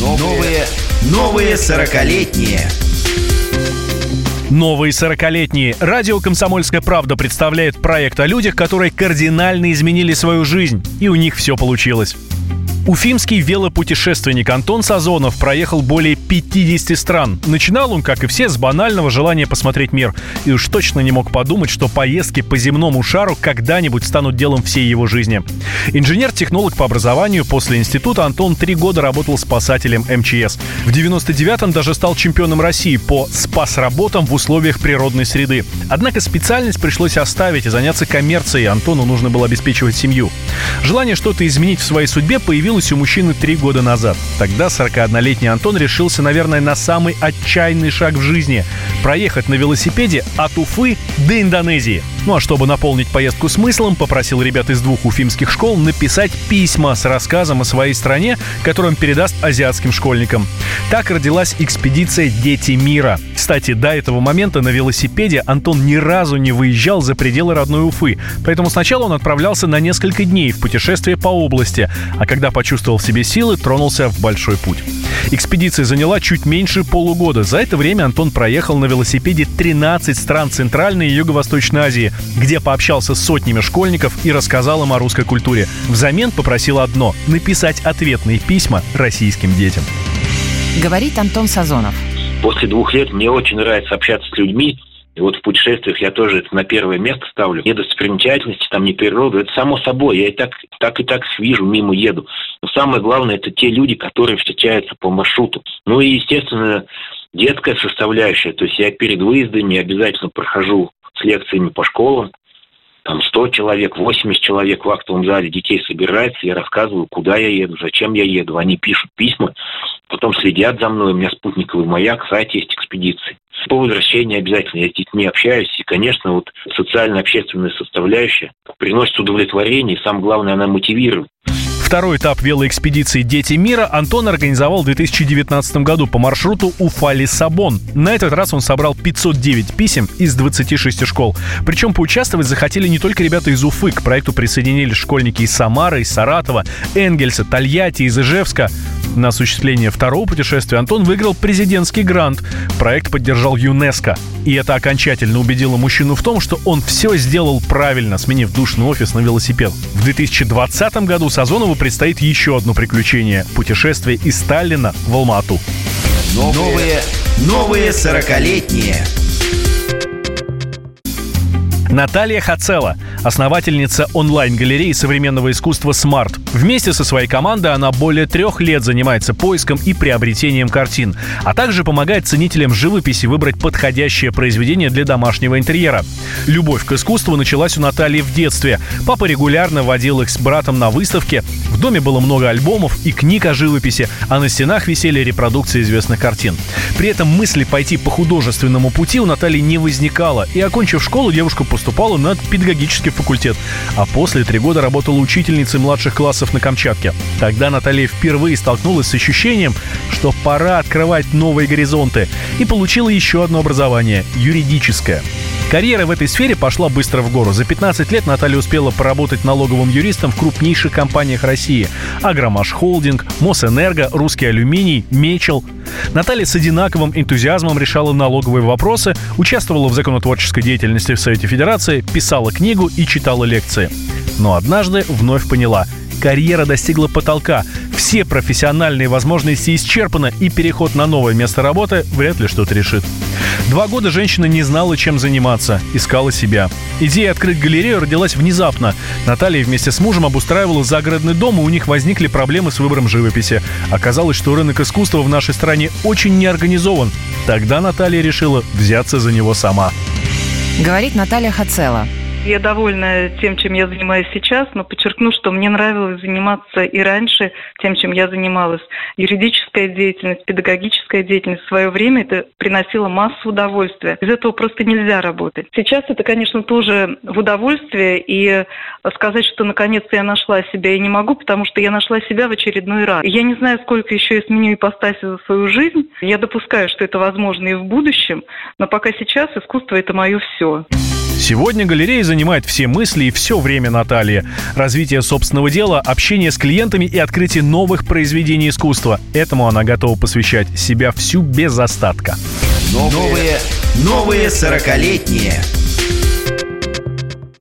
Новые 40-летние. Новые 40-летние. Радио «Комсомольская правда» представляет проект о людях, которые кардинально изменили свою жизнь, и у них все получилось. Уфимский велопутешественник Антон Сазонов проехал более 50 стран. Начинал он, как и все, с банального желания посмотреть мир. И уж точно не мог подумать, что поездки по земному шару когда-нибудь станут делом всей его жизни. Инженер-технолог по образованию, после института Антон 3 года работал спасателем МЧС. В 99-м даже стал чемпионом России по спасработам в условиях природной среды. Однако специальность пришлось оставить и заняться коммерцией. Антону нужно было обеспечивать семью. Желание что-то изменить в своей судьбе появилось у мужчины 3 года назад. Тогда 41-летний Антон решился, наверное, на самый отчаянный шаг в жизни – проехать на велосипеде от Уфы до Индонезии. Ну а чтобы наполнить поездку смыслом, попросил ребят из 2 уфимских школ написать письма с рассказом о своей стране, который он передаст азиатским школьникам. Так родилась экспедиция «Дети мира». Кстати, до этого момента на велосипеде Антон ни разу не выезжал за пределы родной Уфы, поэтому сначала он отправлялся на несколько дней в путешествие по области, а когда почувствовал в себе силы, тронулся в большой путь. Экспедиция заняла чуть меньше полугода. За это время Антон проехал на велосипеде 13 стран Центральной и Юго-Восточной Азии, где пообщался с сотнями школьников и рассказал им о русской культуре. Взамен попросил одно – написать ответные письма российским детям. Говорит Антон Сазонов. После 2 лет мне очень нравится общаться с людьми. И вот в путешествиях я тоже это на первое место ставлю. Не достопримечательности, там не природу. Это само собой. Я и так вижу, мимо еду. Но самое главное, это те люди, которые встречаются по маршруту. Ну и, естественно, детская составляющая. То есть я перед выездами обязательно прохожу с лекциями по школам. Там 100 человек, 80 человек в актовом зале детей собирается. Я рассказываю, куда я еду, зачем я еду. Они пишут письма, потом следят за мной. У меня спутниковый маяк, сайт есть экспедиции. По возвращении обязательно я с детьми общаюсь. И, конечно, вот социально-общественная составляющая приносит удовлетворение. И самое главное, она мотивирует. Второй этап велоэкспедиции «Дети мира» Антон организовал в 2019 году по маршруту Уфа-Лиссабон. На этот раз он собрал 509 писем из 26 школ. Причем поучаствовать захотели не только ребята из Уфы. К проекту присоединились школьники из Самары, из Саратова, Энгельса, Тольятти, из Ижевска. На осуществление второго путешествия Антон выиграл президентский грант. Проект поддержал ЮНЕСКО. И это окончательно убедило мужчину в том, что он все сделал правильно, сменив душный офис на велосипед. В 2020 году Сазонову предстоит еще одно приключение – путешествие из Таллина в Алма-Ату. Новые 40-летние. Наталья Хацела, основательница онлайн-галереи современного искусства «Смарт». Вместе со своей командой она более 3 лет занимается поиском и приобретением картин, а также помогает ценителям живописи выбрать подходящее произведение для домашнего интерьера. Любовь к искусству началась у Натальи в детстве. Папа регулярно водил их с братом на выставки. В доме было много альбомов и книг о живописи, а на стенах висели репродукции известных картин. При этом мысли пойти по художественному пути у Натальи не возникало, и, окончив школу, девушка поступала на педагогический факультет, а после 3 года работала учительницей младших классов на Камчатке. Тогда Наталья впервые столкнулась с ощущением, что пора открывать новые горизонты, и получила еще одно образование – юридическое. Карьера в этой сфере пошла быстро в гору. За 15 лет Наталья успела поработать налоговым юристом в крупнейших компаниях России: Агромаш Холдинг, Мосэнерго, Русский алюминий, Мечел. Наталья с одинаковым энтузиазмом решала налоговые вопросы, участвовала в законотворческой деятельности в Совете Федерации, писала книгу и читала лекции. Но однажды вновь поняла – карьера достигла потолка. Все профессиональные возможности исчерпаны, и переход на новое место работы вряд ли что-то решит. 2 года женщина не знала, чем заниматься, искала себя. Идея открыть галерею родилась внезапно. Наталья вместе с мужем обустраивала загородный дом, и у них возникли проблемы с выбором живописи. Оказалось, что рынок искусства в нашей стране очень неорганизован. Тогда Наталья решила взяться за него сама. Говорит Наталья Хацела. Я довольна тем, чем я занимаюсь сейчас, но подчеркну, что мне нравилось заниматься и раньше тем, чем я занималась. Юридическая деятельность, педагогическая деятельность в свое время это приносило массу удовольствия. Без этого просто нельзя работать. Сейчас это, конечно, тоже в удовольствие, и сказать, что наконец-то я нашла себя, я не могу, потому что я нашла себя в очередной раз. Я не знаю, сколько еще я сменю ипостаси за свою жизнь. Я допускаю, что это возможно и в будущем, но пока сейчас искусство – это мое все. Сегодня галерея занимает все мысли и все время Натальи. Развитие собственного дела, общение с клиентами и открытие новых произведений искусства. Этому она готова посвящать себя всю без остатка. Новые 40-летние.